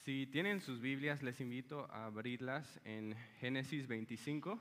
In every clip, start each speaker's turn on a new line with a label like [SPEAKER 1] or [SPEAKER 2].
[SPEAKER 1] Si tienen sus Biblias, les invito a abrirlas en Génesis 25.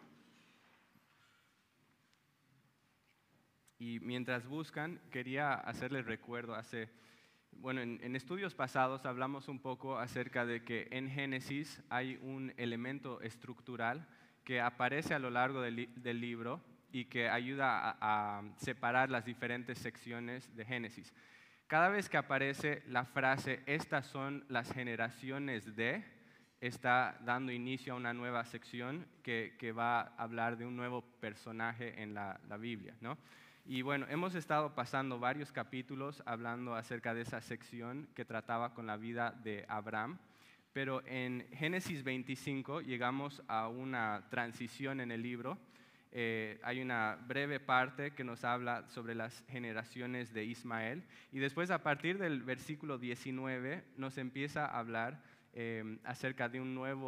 [SPEAKER 1] Y mientras buscan, quería hacerles recuerdo, en estudios pasados hablamos un poco acerca de que en Génesis hay un elemento estructural que aparece a lo largo del libro y que ayuda a separar las diferentes secciones de Génesis. Cada vez que aparece la frase, estas son las generaciones de, está dando inicio a una nueva sección que va a hablar de un nuevo personaje en la Biblia, ¿no? Y bueno, hemos estado pasando varios capítulos hablando acerca de esa sección que trataba con la vida de Abraham, pero en Génesis 25 llegamos a una transición en el libro. Hay una breve parte que nos habla sobre las generaciones de Ismael y después a partir del versículo 19 nos empieza a hablar acerca de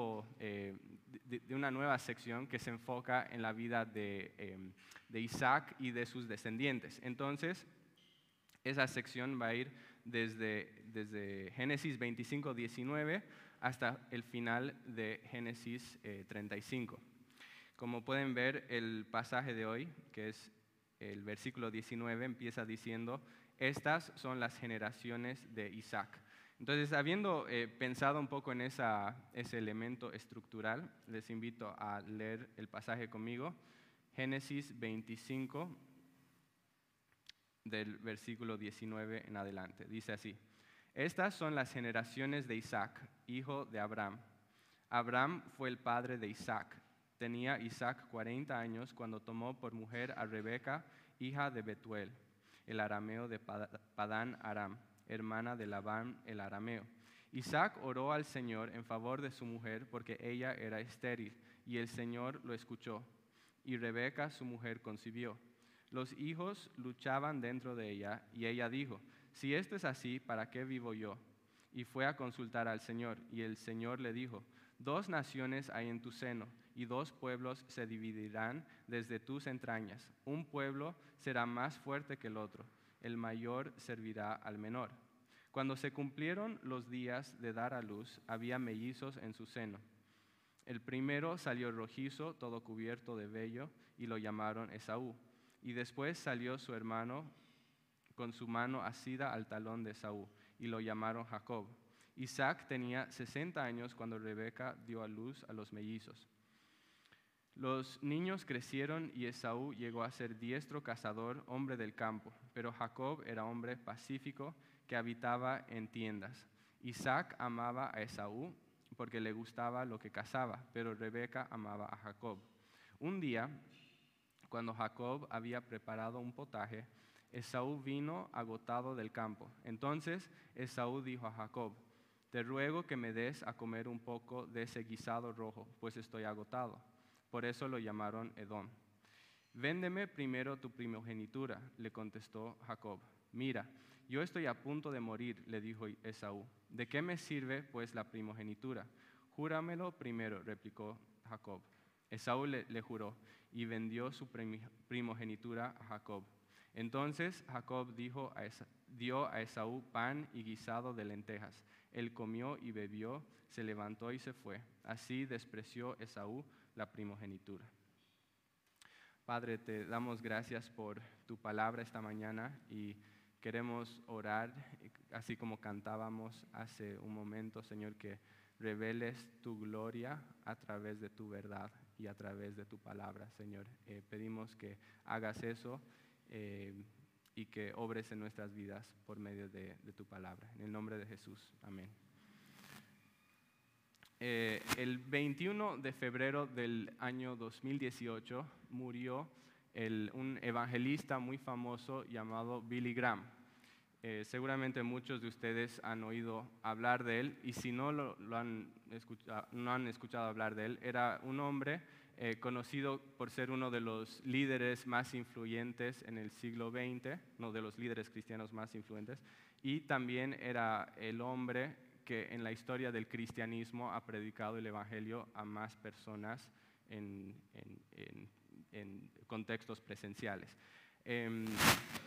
[SPEAKER 1] una nueva sección que se enfoca en la vida de Isaac y de sus descendientes. Entonces, esa sección va a ir desde Génesis 25, 19 hasta el final de Génesis 35. Como pueden ver, el pasaje de hoy, que es el versículo 19, empieza diciendo, estas son las generaciones de Isaac. Entonces, habiendo pensado un poco en ese elemento estructural, les invito a leer el pasaje conmigo. Génesis 25, del versículo 19 en adelante. Dice así, estas son las generaciones de Isaac, hijo de Abraham. Abraham fue el padre de Isaac. Tenía Isaac 40 años cuando tomó por mujer a Rebeca, hija de Betuel, el arameo de Padán Aram, hermana de Labán el arameo. Isaac oró al Señor en favor de su mujer porque ella era estéril, y el Señor lo escuchó. Y Rebeca, su mujer, concibió. Los hijos luchaban dentro de ella, y ella dijo, si esto es así, ¿para qué vivo yo? Y fue a consultar al Señor, y el Señor le dijo, 2 naciones hay en tu seno, y 2 pueblos se dividirán desde tus entrañas. Un pueblo será más fuerte que el otro, el mayor servirá al menor. Cuando se cumplieron los días de dar a luz, había mellizos en su seno. El primero salió rojizo, todo cubierto de vello, y lo llamaron Esaú. Y después salió su hermano con su mano asida al talón de Esaú, y lo llamaron Jacob. Isaac tenía 60 años cuando Rebeca dio a luz a los mellizos. Los niños crecieron y Esaú llegó a ser diestro cazador, hombre del campo, pero Jacob era hombre pacífico que habitaba en tiendas. Isaac amaba a Esaú porque le gustaba lo que cazaba, pero Rebeca amaba a Jacob. Un día, cuando Jacob había preparado un potaje, Esaú vino agotado del campo. Entonces Esaú dijo a Jacob, te ruego que me des a comer un poco de ese guisado rojo, pues estoy agotado. Por eso lo llamaron Edom. Véndeme primero tu primogenitura, le contestó Jacob. Mira, yo estoy a punto de morir, le dijo Esaú. ¿De qué me sirve, pues, la primogenitura? Júramelo primero, replicó Jacob. Esaú le juró y vendió su primogenitura a Jacob. Entonces Jacob dio a Esaú pan y guisado de lentejas. Él comió y bebió, se levantó y se fue. Así despreció Esaú la primogenitura. Padre, te damos gracias por tu palabra esta mañana y queremos orar, así como cantábamos hace un momento, Señor, que reveles tu gloria a través de tu verdad y a través de tu palabra, Señor. Pedimos que hagas eso y que obres en nuestras vidas por medio de tu palabra. En el nombre de Jesús, amén. El 21 de febrero del año 2018 murió un evangelista muy famoso llamado Billy Graham. Seguramente muchos de ustedes han oído hablar de él y si no no han escuchado hablar de él, era un hombre conocido por ser uno de los líderes más influyentes en el siglo XX, uno de los líderes cristianos más influyentes, y también era el hombre que en la historia del cristianismo ha predicado el evangelio a más personas en contextos presenciales.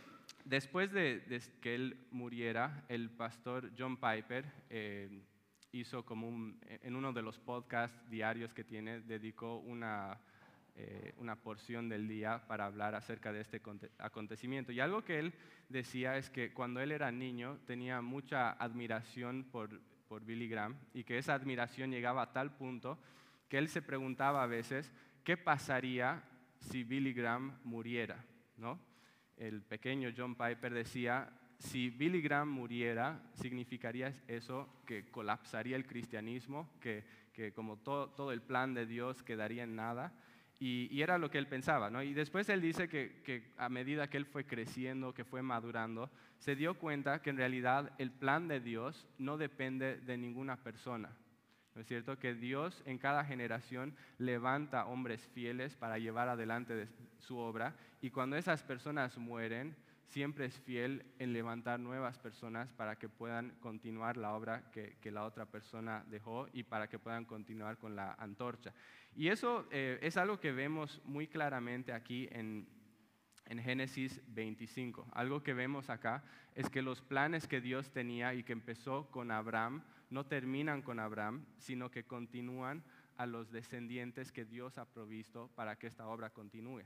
[SPEAKER 1] Después de que él muriera, el pastor John Piper hizo en uno de los podcasts diarios que tiene, dedicó una porción del día para hablar acerca de este acontecimiento. Y algo que él decía es que cuando él era niño tenía mucha admiración por Billy Graham y que esa admiración llegaba a tal punto que él se preguntaba a veces qué pasaría si Billy Graham muriera, ¿no? El pequeño John Piper decía, si Billy Graham muriera, significaría eso que colapsaría el cristianismo, que como todo el plan de Dios quedaría en nada. Y era lo que él pensaba, ¿no? Y después él dice que a medida que él fue creciendo, que fue madurando, se dio cuenta que en realidad el plan de Dios no depende de ninguna persona. ¿No es cierto? Que Dios en cada generación levanta hombres fieles para llevar adelante su obra, y cuando esas personas mueren, siempre es fiel en levantar nuevas personas para que puedan continuar la obra que la otra persona dejó y para que puedan continuar con la antorcha. Y eso es algo que vemos muy claramente aquí en Génesis 25. Algo que vemos acá es que los planes que Dios tenía y que empezó con Abraham no terminan con Abraham, sino que continúan a los descendientes que Dios ha provisto para que esta obra continúe.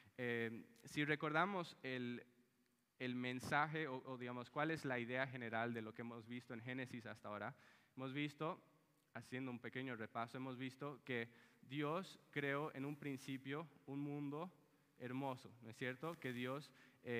[SPEAKER 1] Si recordamos el mensaje o digamos cuál es la idea general de lo que hemos visto en Génesis hasta ahora, hemos visto, haciendo un pequeño repaso, hemos visto que Dios creó en un principio un mundo hermoso, ¿no es cierto? Que Dios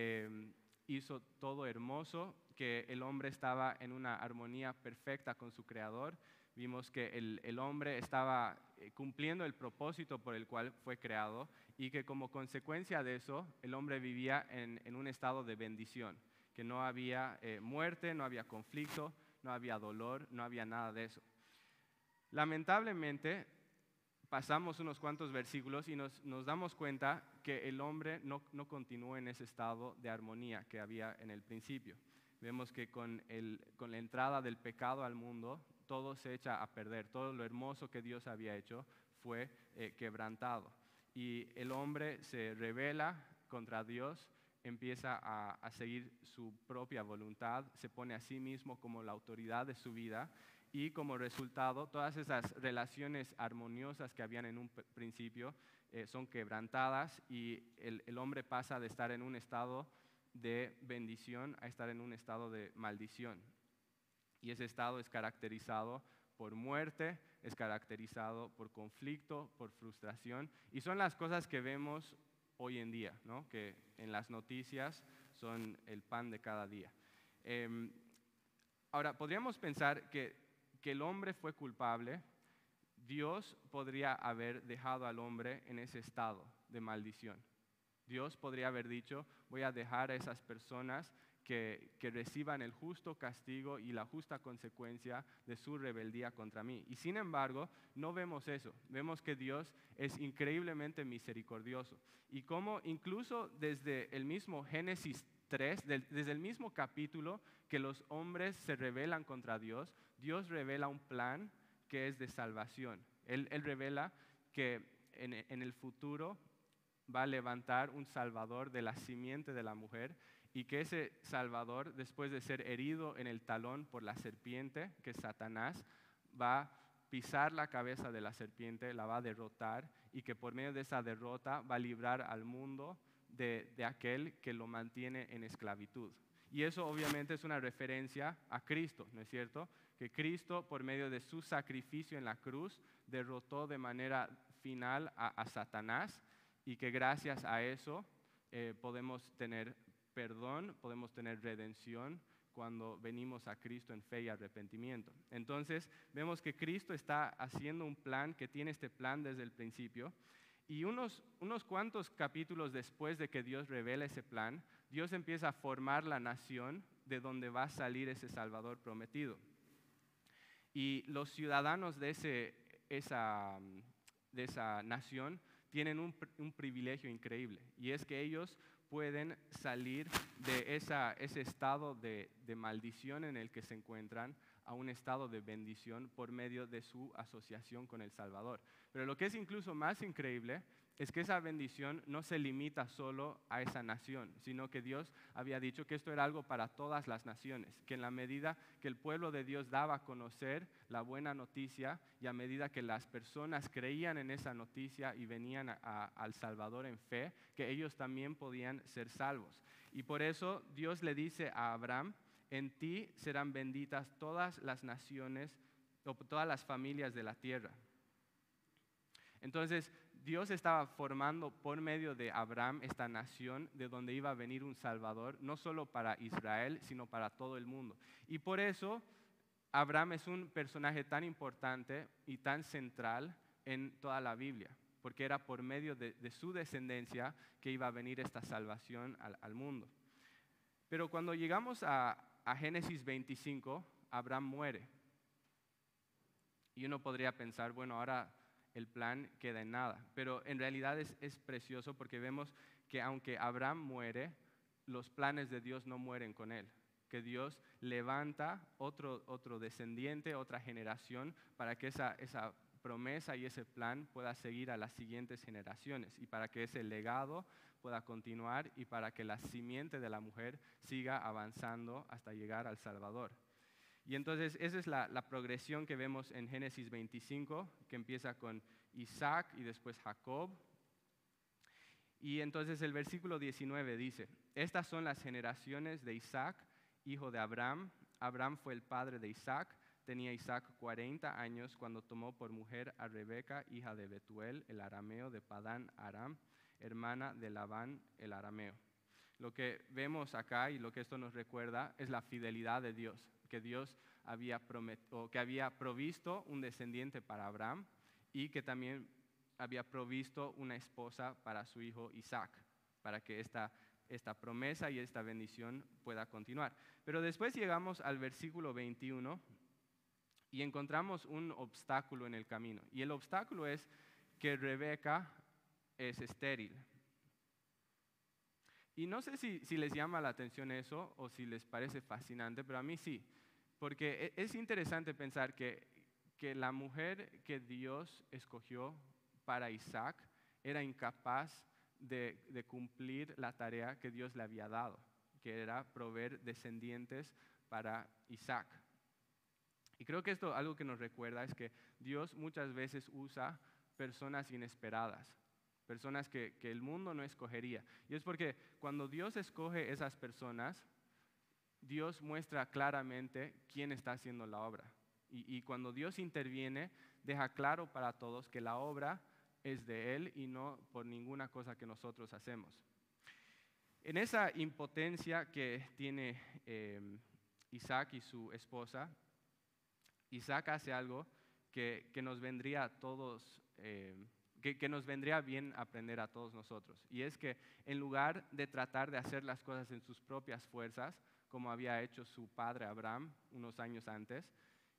[SPEAKER 1] hizo todo hermoso, que el hombre estaba en una armonía perfecta con su Creador. Vimos que el hombre estaba cumpliendo el propósito por el cual fue creado y que como consecuencia de eso el hombre vivía en un estado de bendición, que no había muerte, no había conflicto, no había dolor, no había nada de eso. Lamentablemente, pasamos unos cuantos versículos y nos damos cuenta que el hombre no continuó en ese estado de armonía que había en el principio. Vemos que con la entrada del pecado al mundo, todo se echa a perder, todo lo hermoso que Dios había hecho fue quebrantado. Y el hombre se rebela contra Dios, empieza a seguir su propia voluntad, se pone a sí mismo como la autoridad de su vida. Y como resultado, todas esas relaciones armoniosas que habían en un principio son quebrantadas y el hombre pasa de estar en un estado de bendición a estar en un estado de maldición. Y ese estado es caracterizado por muerte, es caracterizado por conflicto, por frustración, y son las cosas que vemos hoy en día, ¿no? Que en las noticias son el pan de cada día. Ahora, podríamos pensar que el hombre fue culpable. Dios podría haber dejado al hombre en ese estado de maldición. Dios podría haber dicho, voy a dejar a esas personas que reciban el justo castigo y la justa consecuencia de su rebeldía contra mí. Y sin embargo, no vemos eso. Vemos que Dios es increíblemente misericordioso. Y como incluso desde el mismo Génesis 3, desde el mismo capítulo que los hombres se rebelan contra Dios, Dios revela un plan que es de salvación. Él revela que en el futuro va a levantar un Salvador de la simiente de la mujer y que ese Salvador, después de ser herido en el talón por la serpiente, que es Satanás, va a pisar la cabeza de la serpiente, la va a derrotar y que por medio de esa derrota va a librar al mundo de aquel que lo mantiene en esclavitud. Y eso obviamente es una referencia a Cristo, ¿no es cierto? Que Cristo, por medio de su sacrificio en la cruz, derrotó de manera final a Satanás y que gracias a eso podemos tener perdón, podemos tener redención cuando venimos a Cristo en fe y arrepentimiento. Entonces, vemos que Cristo está haciendo un plan, que tiene este plan desde el principio. Y unos cuantos capítulos después de que Dios revela ese plan, Dios empieza a formar la nación de donde va a salir ese Salvador prometido. Y los ciudadanos de esa nación tienen un privilegio increíble, y es que ellos pueden salir de ese estado de maldición en el que se encuentran a un estado de bendición por medio de su asociación con el Salvador. Pero lo que es incluso más increíble es que esa bendición no se limita solo a esa nación, sino que Dios había dicho que esto era algo para todas las naciones, que en la medida que el pueblo de Dios daba a conocer la buena noticia y a medida que las personas creían en esa noticia y venían al Salvador en fe, que ellos también podían ser salvos. Y por eso Dios le dice a Abraham: en ti serán benditas todas las naciones o todas las familias de la tierra. Entonces, Dios estaba formando por medio de Abraham esta nación de donde iba a venir un Salvador, no solo para Israel, sino para todo el mundo. Y por eso, Abraham es un personaje tan importante y tan central en toda la Biblia, porque era por medio de su descendencia que iba a venir esta salvación al mundo. Pero cuando llegamos a Génesis 25, Abraham muere. Y uno podría pensar, bueno, ahora el plan queda en nada. Pero en realidad es precioso porque vemos que aunque Abraham muere, los planes de Dios no mueren con él. Que Dios levanta otro descendiente, otra generación, para que esa promesa y ese plan pueda seguir a las siguientes generaciones y para que ese legado pueda continuar y para que la simiente de la mujer siga avanzando hasta llegar al Salvador. Y entonces esa es la progresión que vemos en Génesis 25, que empieza con Isaac y después Jacob. Y entonces el versículo 19 dice: estas son las generaciones de Isaac, hijo de Abraham. Abraham fue el padre de Isaac. Tenía Isaac 40 años cuando tomó por mujer a Rebeca, hija de Betuel, el arameo, de Padán Aram, hermana de Labán, el arameo. Lo que vemos acá y lo que esto nos recuerda es la fidelidad de Dios, que Dios había provisto un descendiente para Abraham y que también había provisto una esposa para su hijo Isaac, para que esta promesa y esta bendición pueda continuar. Pero después llegamos al versículo 21 y encontramos un obstáculo en el camino. Y el obstáculo es que Rebeca es estéril. Y no sé si les llama la atención eso o si les parece fascinante, pero a mí sí. Porque es interesante pensar que la mujer que Dios escogió para Isaac era incapaz de cumplir la tarea que Dios le había dado, que era proveer descendientes para Isaac. Y creo que esto algo que nos recuerda es que Dios muchas veces usa personas inesperadas, personas que el mundo no escogería. Y es porque cuando Dios escoge esas personas, Dios muestra claramente quién está haciendo la obra. Y cuando Dios interviene, deja claro para todos que la obra es de Él y no por ninguna cosa que nosotros hacemos. En esa impotencia que tiene Isaac y su esposa, Isaac hace algo que nos vendría a todos, que nos vendría bien aprender a todos nosotros. Y es que en lugar de tratar de hacer las cosas en sus propias fuerzas, como había hecho su padre Abraham unos años antes,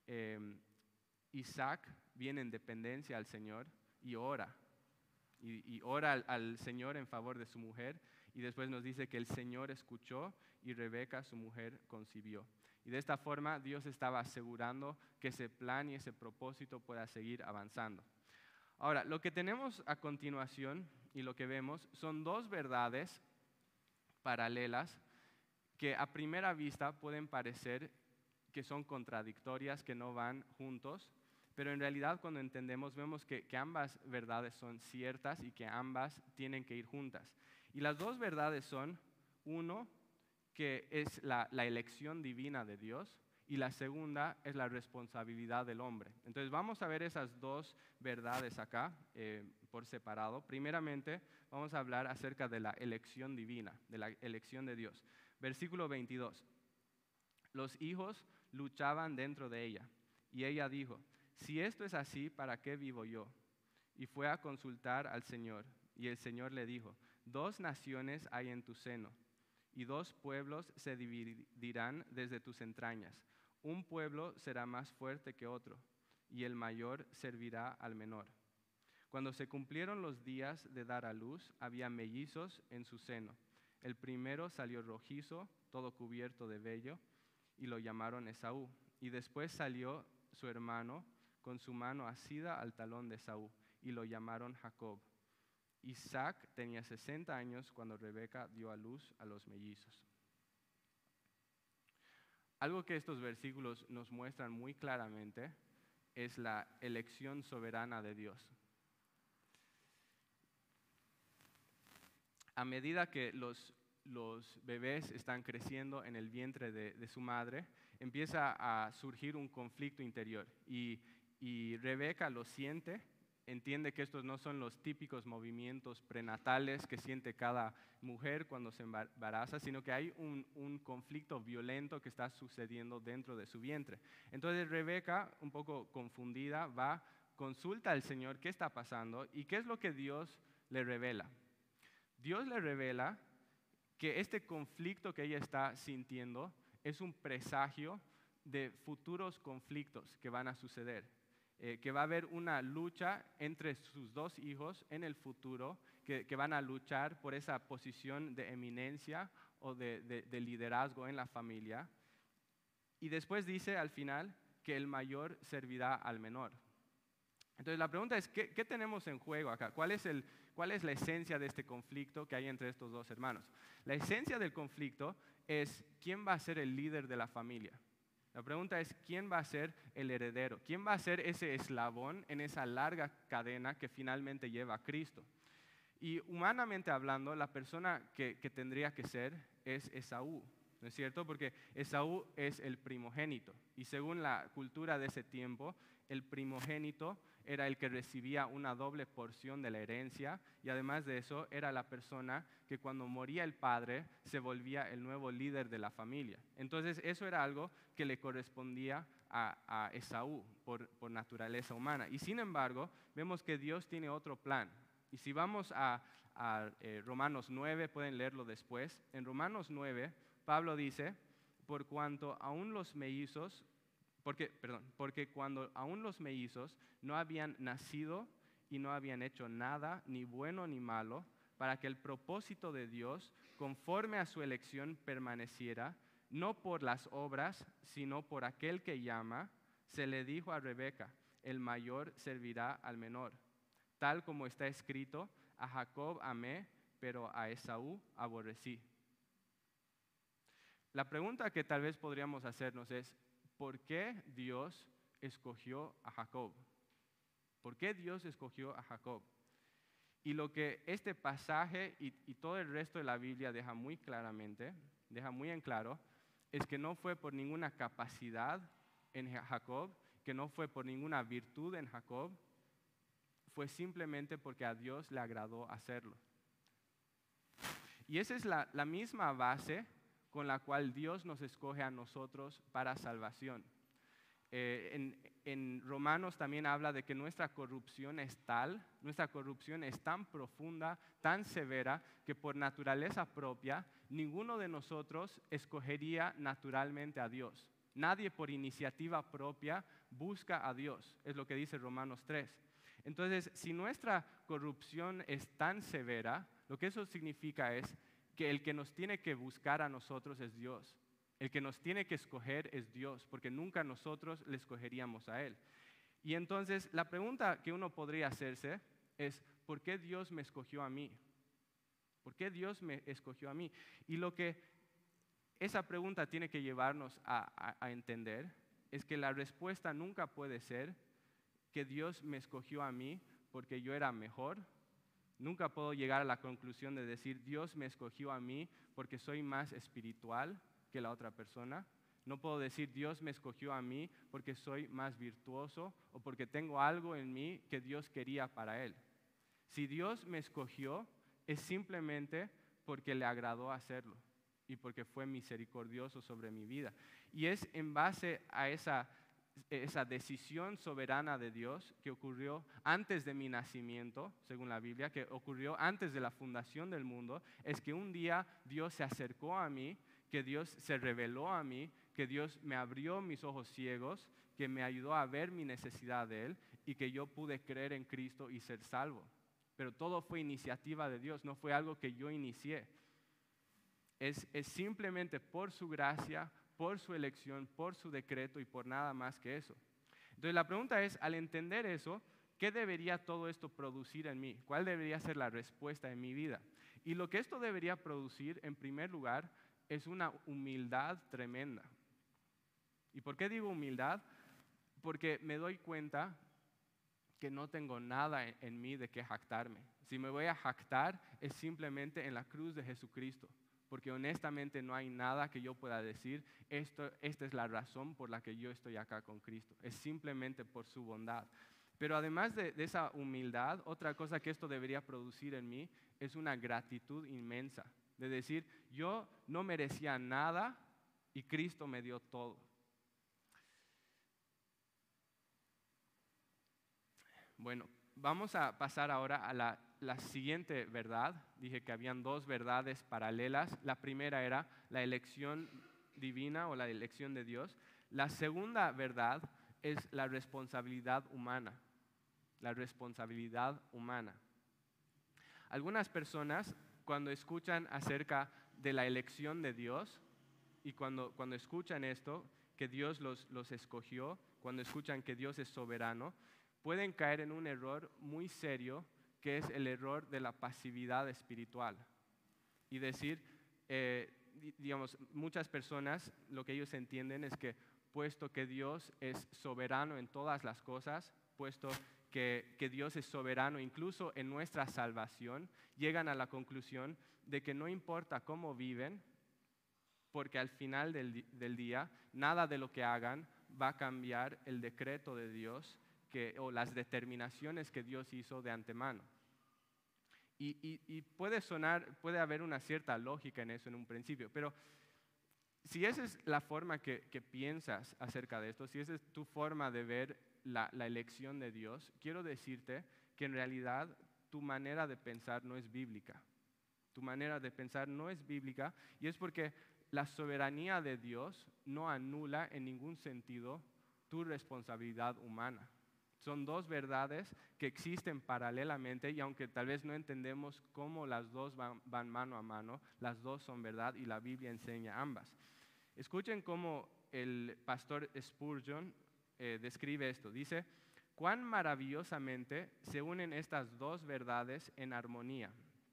[SPEAKER 1] Isaac viene en dependencia al Señor y ora. Y ora al Señor en favor de su mujer. Y después nos dice que el Señor escuchó y Rebeca, su mujer, concibió. Y de esta forma Dios estaba asegurando que ese plan y ese propósito pueda seguir avanzando. Ahora, lo que tenemos a continuación y lo que vemos son dos verdades paralelas que a primera vista pueden parecer que son contradictorias, que no van juntos, pero en realidad cuando entendemos vemos que ambas verdades son ciertas y que ambas tienen que ir juntas. Y las dos verdades son, uno, que es la elección divina de Dios, y la segunda es la responsabilidad del hombre. Entonces vamos a ver esas dos verdades acá por separado. Primeramente vamos a hablar acerca de la elección divina, de la elección de Dios. Versículo 22. Los hijos luchaban dentro de ella, y ella dijo: si esto es así, ¿para qué vivo yo? Y fue a consultar al Señor, y el Señor le dijo: 2 naciones hay en tu seno, y 2 pueblos se dividirán desde tus entrañas. Un pueblo será más fuerte que otro, y el mayor servirá al menor. Cuando se cumplieron los días de dar a luz, había mellizos en su seno. El primero salió rojizo, todo cubierto de vello, y lo llamaron Esaú. y después salió su hermano con su mano asida al talón de Esaú, y lo llamaron Jacob. Isaac tenía 60 años cuando Rebeca dio a luz a los mellizos. Algo que estos versículos nos muestran muy claramente es la elección soberana de Dios. A medida que los bebés están creciendo en el vientre de su madre, empieza a surgir un conflicto interior y Rebeca lo siente, entiende que estos no son los típicos movimientos prenatales que siente cada mujer cuando se embaraza, sino que hay un conflicto violento que está sucediendo dentro de su vientre. Entonces Rebeca, un poco confundida, va, consulta al Señor qué está pasando y qué es lo que Dios le revela. Dios le revela que este conflicto que ella está sintiendo es un presagio de futuros conflictos que van a suceder, que va a haber una lucha entre sus dos hijos en el futuro, que van a luchar por esa posición de eminencia o de liderazgo en la familia. Y después dice al final que el mayor servirá al menor. Entonces la pregunta es, ¿qué tenemos en juego acá? ¿Cuál es la esencia de este conflicto que hay entre estos dos hermanos? La esencia del conflicto es quién va a ser el líder de la familia. La pregunta es quién va a ser el heredero, quién va a ser ese eslabón en esa larga cadena que finalmente lleva a Cristo. Y humanamente hablando, la persona que tendría que ser es Esaú, ¿no es cierto? Porque Esaú es el primogénito y según la cultura de ese tiempo, el primogénito era el que recibía una doble porción de la herencia y además de eso era la persona que cuando moría el padre se volvía el nuevo líder de la familia. Entonces eso era algo que le correspondía a Esaú por naturaleza humana. Y sin embargo, vemos que Dios tiene otro plan. Y si vamos a Romanos 9, pueden leerlo después. En Romanos 9, Pablo dice, porque cuando aún los mellizos no habían nacido y no habían hecho nada, ni bueno ni malo, para que el propósito de Dios, conforme a su elección, permaneciera, no por las obras, sino por aquel que llama, se le dijo a Rebeca, el mayor servirá al menor. Tal como está escrito, a Jacob amé, pero a Esaú aborrecí. La pregunta que tal vez podríamos hacernos es, ¿por qué Dios escogió a Jacob? ¿Por qué Dios escogió a Jacob? Y lo que este pasaje y todo el resto de la Biblia deja muy claramente, deja muy en claro, es que no fue por ninguna capacidad en Jacob, que no fue por ninguna virtud en Jacob, fue simplemente porque a Dios le agradó hacerlo. Y esa es la misma base con la cual Dios nos escoge a nosotros para salvación. En Romanos también habla de que nuestra corrupción es tan profunda, tan severa, que por naturaleza propia, ninguno de nosotros escogería naturalmente a Dios. Nadie por iniciativa propia busca a Dios, es lo que dice Romanos 3. Entonces, si nuestra corrupción es tan severa, lo que eso significa es que el que nos tiene que buscar a nosotros es Dios. El que nos tiene que escoger es Dios, porque nunca nosotros le escogeríamos a Él. Y entonces la pregunta que uno podría hacerse es, ¿por qué Dios me escogió a mí? ¿Por qué Dios me escogió a mí? Y lo que esa pregunta tiene que llevarnos a entender es que la respuesta nunca puede ser que Dios me escogió a mí porque yo era mejor. Nunca puedo llegar a la conclusión de decir, Dios me escogió a mí porque soy más espiritual que la otra persona. No puedo decir, Dios me escogió a mí porque soy más virtuoso o porque tengo algo en mí que Dios quería para Él. Si Dios me escogió, es simplemente porque le agradó hacerlo y porque fue misericordioso sobre mi vida. Y es en base a esa decisión soberana de Dios que ocurrió antes de mi nacimiento, según la Biblia, que ocurrió antes de la fundación del mundo, es que un día Dios se acercó a mí, que Dios se reveló a mí, que Dios me abrió mis ojos ciegos, que me ayudó a ver mi necesidad de Él y que yo pude creer en Cristo y ser salvo. Pero todo fue iniciativa de Dios, no fue algo que yo inicié. Es simplemente por su gracia, por su elección, por su decreto y por nada más que eso. Entonces la pregunta es, al entender eso, ¿qué debería todo esto producir en mí? ¿Cuál debería ser la respuesta en mi vida? Y lo que esto debería producir, en primer lugar, es una humildad tremenda. ¿Y por qué digo humildad? Porque me doy cuenta que no tengo nada en mí de qué jactarme. Si me voy a jactar es simplemente en la cruz de Jesucristo, porque honestamente no hay nada que yo pueda decir, esta es la razón por la que yo estoy acá con Cristo, es simplemente por su bondad. Pero además de esa humildad, otra cosa que esto debería producir en mí es una gratitud inmensa, de decir, yo no merecía nada y Cristo me dio todo. Bueno, vamos a pasar ahora a la siguiente verdad. Dije que habían dos verdades paralelas. La primera era la elección divina o la elección de Dios. La segunda verdad es la responsabilidad humana. La responsabilidad humana. Algunas personas, cuando escuchan acerca de la elección de Dios y cuando escuchan esto, que Dios los escogió, cuando escuchan que Dios es soberano, pueden caer en un error muy serio, que es el error de la pasividad espiritual. Y decir, digamos, muchas personas lo que ellos entienden es que puesto que Dios es soberano en todas las cosas, puesto que Dios es soberano incluso en nuestra salvación, llegan a la conclusión de que no importa cómo viven, porque al final del día, nada de lo que hagan va a cambiar el decreto de Dios o las determinaciones que Dios hizo de antemano. Y puede haber una cierta lógica en eso en un principio, pero si esa es la forma que piensas acerca de esto, si esa es tu forma de ver la elección de Dios, quiero decirte que en realidad tu manera de pensar no es bíblica. Tu manera de pensar no es bíblica y es porque la soberanía de Dios no anula en ningún sentido tu responsabilidad humana. Son dos verdades que existen paralelamente y aunque tal vez no entendemos cómo las dos van mano a mano, las dos son verdad y la Biblia enseña ambas. Escuchen cómo el pastor Spurgeon describe esto. Dice, cuán maravillosamente se unen estas dos verdades en armonía.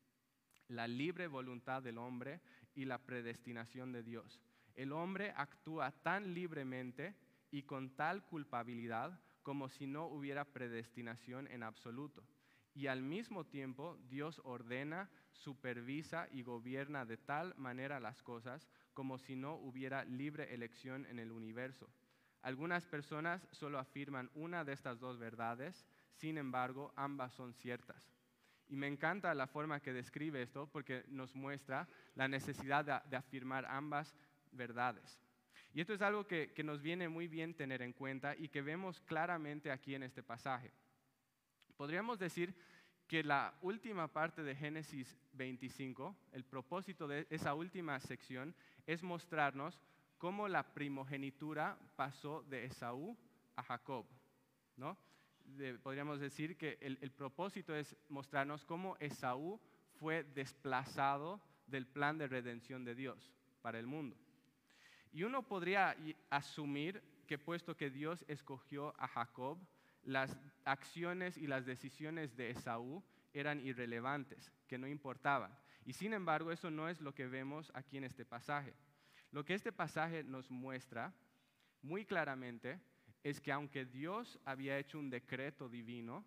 [SPEAKER 1] La libre voluntad del hombre y la predestinación de Dios. El hombre actúa tan libremente y con tal culpabilidad como si no hubiera predestinación en absoluto. Y al mismo tiempo Dios ordena, supervisa y gobierna de tal manera las cosas como si no hubiera libre elección en el universo. Algunas personas solo afirman una de estas dos verdades, sin embargo ambas son ciertas. Y me encanta la forma que describe esto porque nos muestra la necesidad de afirmar ambas verdades. Y esto es algo que nos viene muy bien tener en cuenta y que vemos claramente aquí en este pasaje. Podríamos decir que la última parte de Génesis 25, el propósito de esa última sección, es mostrarnos cómo la primogenitura pasó de Esaú a Jacob, ¿no? Podríamos decir que el propósito es mostrarnos cómo Esaú fue desplazado del plan de redención de Dios para el mundo. Y uno podría asumir que puesto que Dios escogió a Jacob, las acciones y las decisiones de Esaú eran irrelevantes, que no importaban. Y sin embargo, eso no es lo que vemos aquí en este pasaje. Lo que este pasaje nos muestra muy claramente es que aunque Dios había hecho un decreto divino,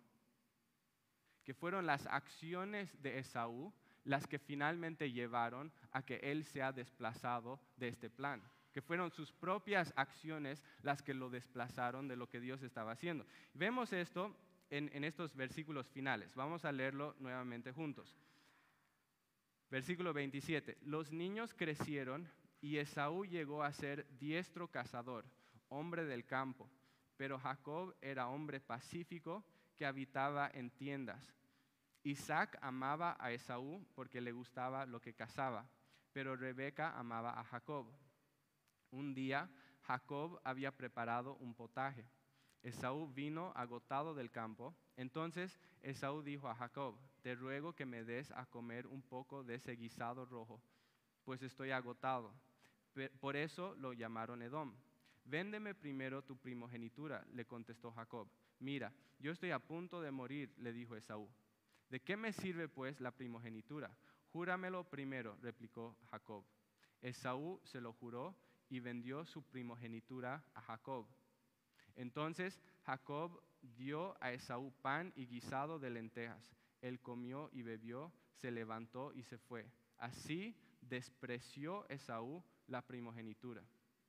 [SPEAKER 1] que fueron las acciones de Esaú las que finalmente llevaron a que él sea desplazado de este plan, que fueron sus propias acciones las que lo desplazaron de lo que Dios estaba haciendo. Vemos esto en estos versículos finales. Vamos a leerlo nuevamente juntos. Versículo 27. Los niños crecieron y Esaú llegó a ser diestro cazador, hombre del campo. Pero Jacob era hombre pacífico que habitaba en tiendas. Isaac amaba a Esaú porque le gustaba lo que cazaba, pero Rebeca amaba a Jacob. Un día Jacob había preparado un potaje. Esaú vino agotado del campo. Entonces Esaú dijo a Jacob, te ruego que me des a comer un poco de ese guisado rojo, pues estoy agotado. Por eso lo llamaron Edom. Véndeme primero tu primogenitura, le contestó Jacob. Mira, yo estoy a punto de morir, le dijo Esaú. ¿De qué me sirve pues la primogenitura? Júramelo primero, replicó Jacob. Esaú se lo juró y vendió su primogenitura a Jacob. Entonces Jacob dio a Esaú pan y guisado de lentejas. Él comió y bebió, se levantó y se fue. Así despreció Esaú la primogenitura.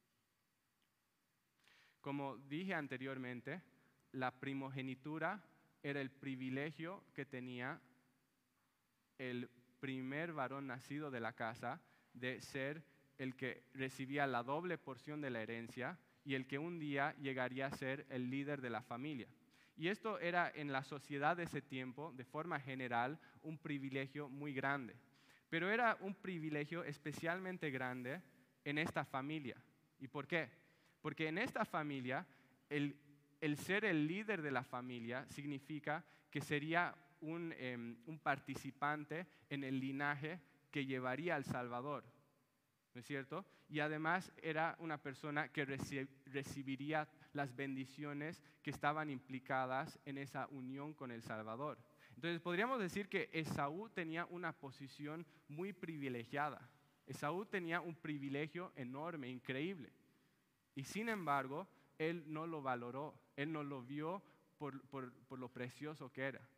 [SPEAKER 1] Como dije anteriormente, la primogenitura era el privilegio que tenía el primer varón nacido de la casa de ser el que recibía la doble porción de la herencia y el que un día llegaría a ser el líder de la familia. Y esto era en la sociedad de ese tiempo, de forma general, un privilegio muy grande. Pero era un privilegio especialmente grande en esta familia. ¿Y por qué? Porque en esta familia, el ser el líder de la familia significa que sería un participante en el linaje que llevaría al Salvador, ¿no es cierto? Y además era una persona que recibiría las bendiciones que estaban implicadas en esa unión con el Salvador. Entonces podríamos decir que Esaú tenía una posición muy privilegiada. Esaú tenía un privilegio enorme, increíble. Y sin embargo, él no lo valoró, él no lo vio por lo precioso que era.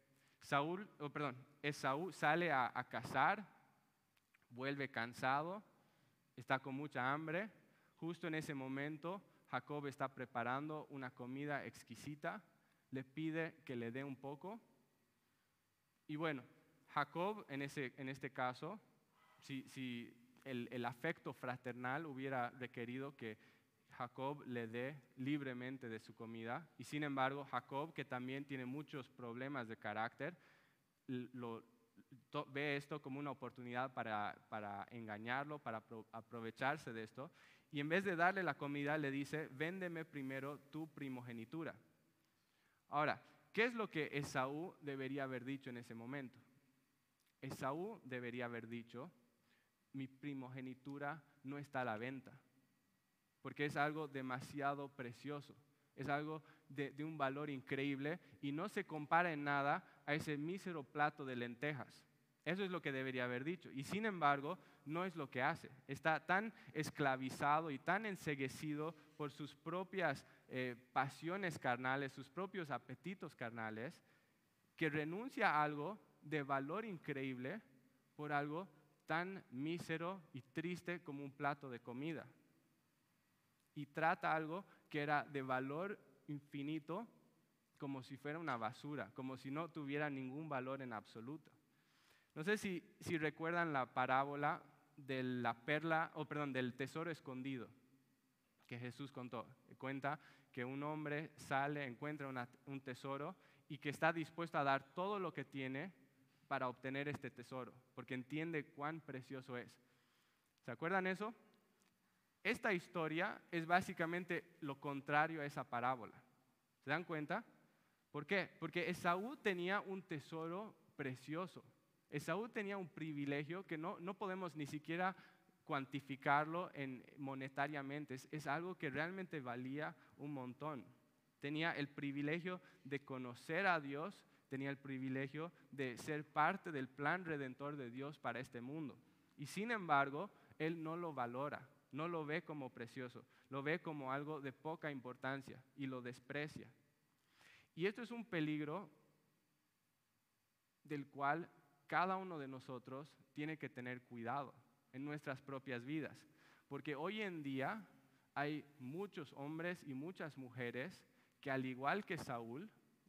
[SPEAKER 1] Esaú sale a cazar, vuelve cansado, está con mucha hambre. Justo en ese momento, Jacob está preparando una comida exquisita, le pide que le dé un poco. Y bueno, Jacob en este caso, si el afecto fraternal hubiera requerido que Jacob le dé libremente de su comida, y sin embargo Jacob, que también tiene muchos problemas de carácter, ve esto como una oportunidad para engañarlo, para aprovecharse de esto, y en vez de darle la comida le dice, véndeme primero tu primogenitura. Ahora, ¿qué es lo que Esaú debería haber dicho en ese momento? Esaú debería haber dicho, mi primogenitura no está a la venta, porque es algo demasiado precioso, es algo de un valor increíble y no se compara en nada a ese mísero plato de lentejas. Eso es lo que debería haber dicho. Y sin embargo, no es lo que hace. Está tan esclavizado y tan enceguecido por sus propias pasiones carnales, sus propios apetitos carnales, que renuncia a algo de valor increíble por algo tan mísero y triste como un plato de comida. Y trata algo que era de valor infinito como si fuera una basura, como si no tuviera ningún valor en absoluto. No sé si recuerdan la parábola de del tesoro escondido que Jesús contó. Cuenta que un hombre sale, encuentra un tesoro y que está dispuesto a dar todo lo que tiene para obtener este tesoro, porque entiende cuán precioso es. ¿Se acuerdan eso? Esta historia es básicamente lo contrario a esa parábola. ¿Se dan cuenta? ¿Por qué? Porque Esaú tenía un tesoro precioso. Esaú tenía un privilegio que no podemos ni siquiera cuantificarlo monetariamente. Es algo que realmente valía un montón. Tenía el privilegio de conocer a Dios, tenía el privilegio de ser parte del plan redentor de Dios para este mundo. Y sin embargo, él no lo valora. No lo ve como precioso, lo ve como algo de poca importancia y lo desprecia. Y esto es un peligro del cual cada uno de nosotros tiene que tener cuidado en nuestras propias vidas. Porque hoy en día hay muchos hombres y muchas mujeres que al igual que Esaú,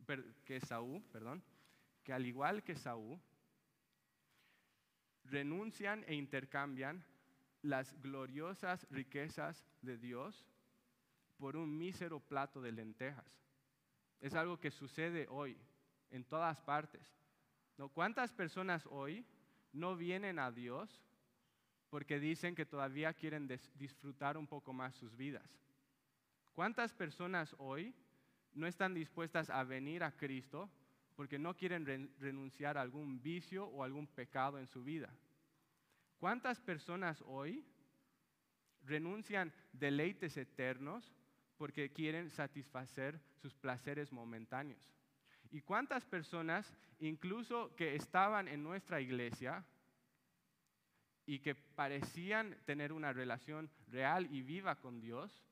[SPEAKER 1] renuncian e intercambian las gloriosas riquezas de Dios por un mísero plato de lentejas. Es algo que sucede hoy en todas partes. ¿No? ¿Cuántas personas hoy no vienen a Dios porque dicen que todavía quieren disfrutar un poco más sus vidas? ¿Cuántas personas hoy no están dispuestas a venir a Cristo porque no quieren renunciar a algún vicio o algún pecado en su vida? ¿Cuántas personas hoy renuncian deleites eternos porque quieren satisfacer sus placeres momentáneos. ¿Y cuántas personas, incluso que estaban en nuestra iglesia y que parecían tener una relación real y viva con Dios,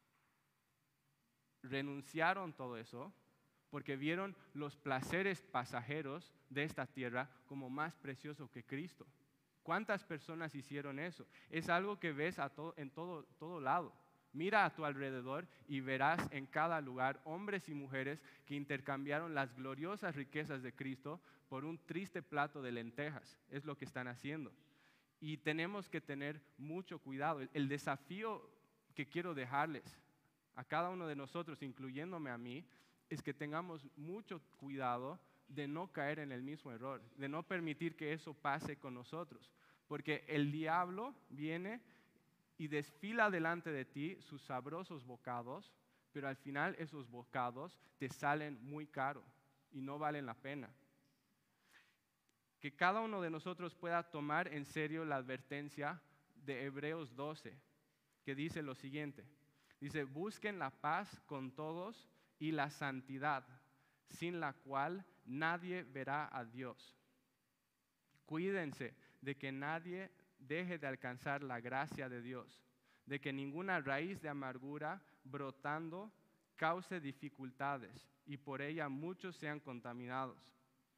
[SPEAKER 1] renunciaron todo eso porque vieron los placeres pasajeros de esta tierra como más precioso que Cristo? ¿Cuántas personas hicieron eso? Es algo que ves en todo lado. Mira a tu alrededor y verás en cada lugar hombres y mujeres que intercambiaron las gloriosas riquezas de Cristo por un triste plato de lentejas. Es lo que están haciendo. Y tenemos que tener mucho cuidado. El desafío que quiero dejarles a cada uno de nosotros, incluyéndome a mí, es que tengamos mucho cuidado de no caer en el mismo error, de no permitir que eso pase con nosotros. Porque el diablo viene y desfila delante de ti sus sabrosos bocados, pero al final esos bocados te salen muy caro y no valen la pena. Que cada uno de nosotros pueda tomar en serio la advertencia de Hebreos 12, que dice lo siguiente. Dice, busquen la paz con todos y la santidad, sin la cual nadie verá a Dios. Cuídense de que nadie deje de alcanzar la gracia de Dios, de que ninguna raíz de amargura brotando cause dificultades y por ella muchos sean contaminados.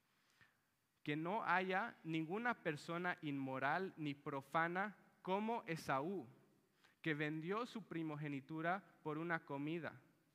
[SPEAKER 1] Que no haya ninguna persona inmoral ni profana como Esaú, que vendió su primogenitura por una comida,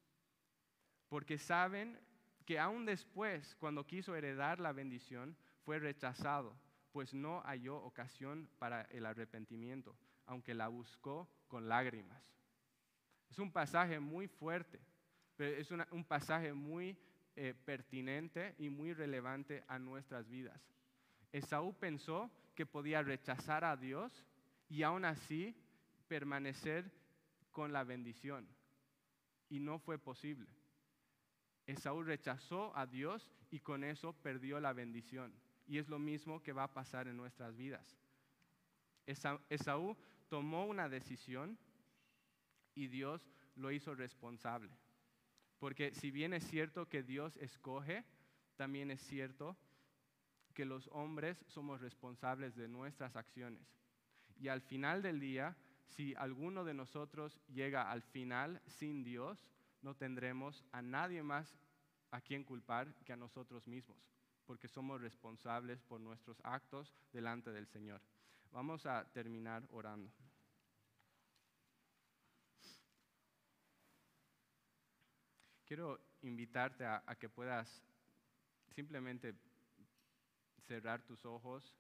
[SPEAKER 1] porque saben que aún después, cuando quiso heredar la bendición, fue rechazado, pues no halló ocasión para el arrepentimiento, aunque la buscó con lágrimas. Es un pasaje muy fuerte, pero es un pasaje muy pertinente y muy relevante a nuestras vidas. Esaú pensó que podía rechazar a Dios y aún así permanecer con la bendición, y no fue posible. Esaú rechazó a Dios y con eso perdió la bendición. Y es lo mismo que va a pasar en nuestras vidas. Esaú tomó una decisión y Dios lo hizo responsable. Porque si bien es cierto que Dios escoge, también es cierto que los hombres somos responsables de nuestras acciones. Y al final del día, si alguno de nosotros llega al final sin Dios, no tendremos a nadie más a quien culpar que a nosotros mismos, porque somos responsables por nuestros actos delante del Señor. Vamos a terminar orando. Quiero invitarte a que puedas simplemente cerrar tus ojos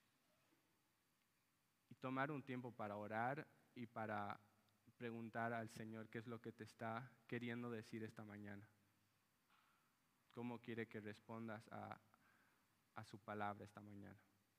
[SPEAKER 1] y tomar un tiempo para orar y para preguntar al Señor qué es lo que te está queriendo decir esta mañana. ¿Cómo quiere que respondas a su palabra esta mañana?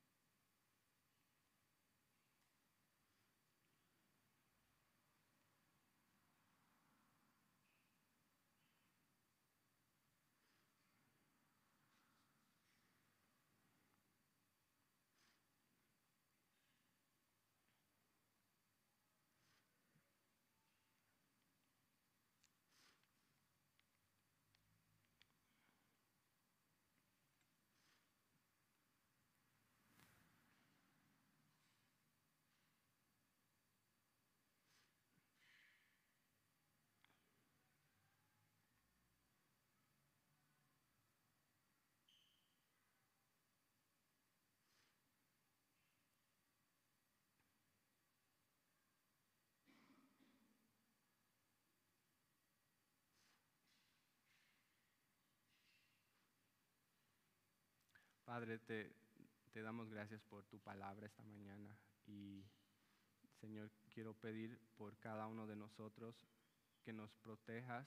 [SPEAKER 1] Padre, te damos gracias por tu palabra esta mañana y, Señor, quiero pedir por cada uno de nosotros que nos protejas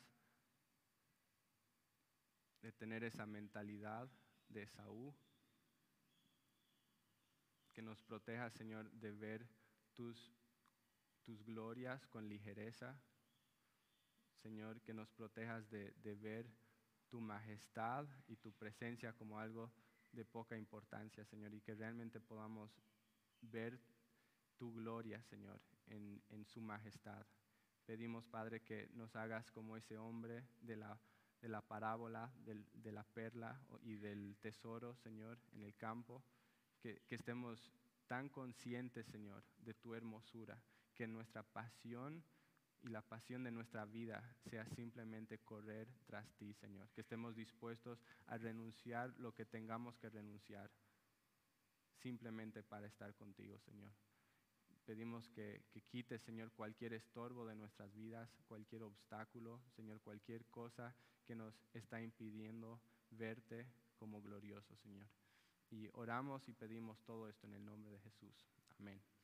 [SPEAKER 1] de tener esa mentalidad de Esaú, que nos protejas, Señor, de ver tus glorias con ligereza, Señor, que nos protejas de ver tu majestad y tu presencia como algo de poca importancia, Señor, y que realmente podamos ver tu gloria, Señor, en su majestad. Pedimos, Padre, que nos hagas como ese hombre de la parábola, de la perla y del tesoro, Señor, en el campo, que estemos tan conscientes, Señor, de tu hermosura, que nuestra pasión y la pasión de nuestra vida sea simplemente correr tras ti, Señor, que estemos dispuestos a renunciar lo que tengamos que renunciar, simplemente para estar contigo, Señor. Pedimos que quites, Señor, cualquier estorbo de nuestras vidas, cualquier obstáculo, Señor, cualquier cosa que nos está impidiendo verte como glorioso, Señor. Y oramos y pedimos todo esto en el nombre de Jesús. Amén.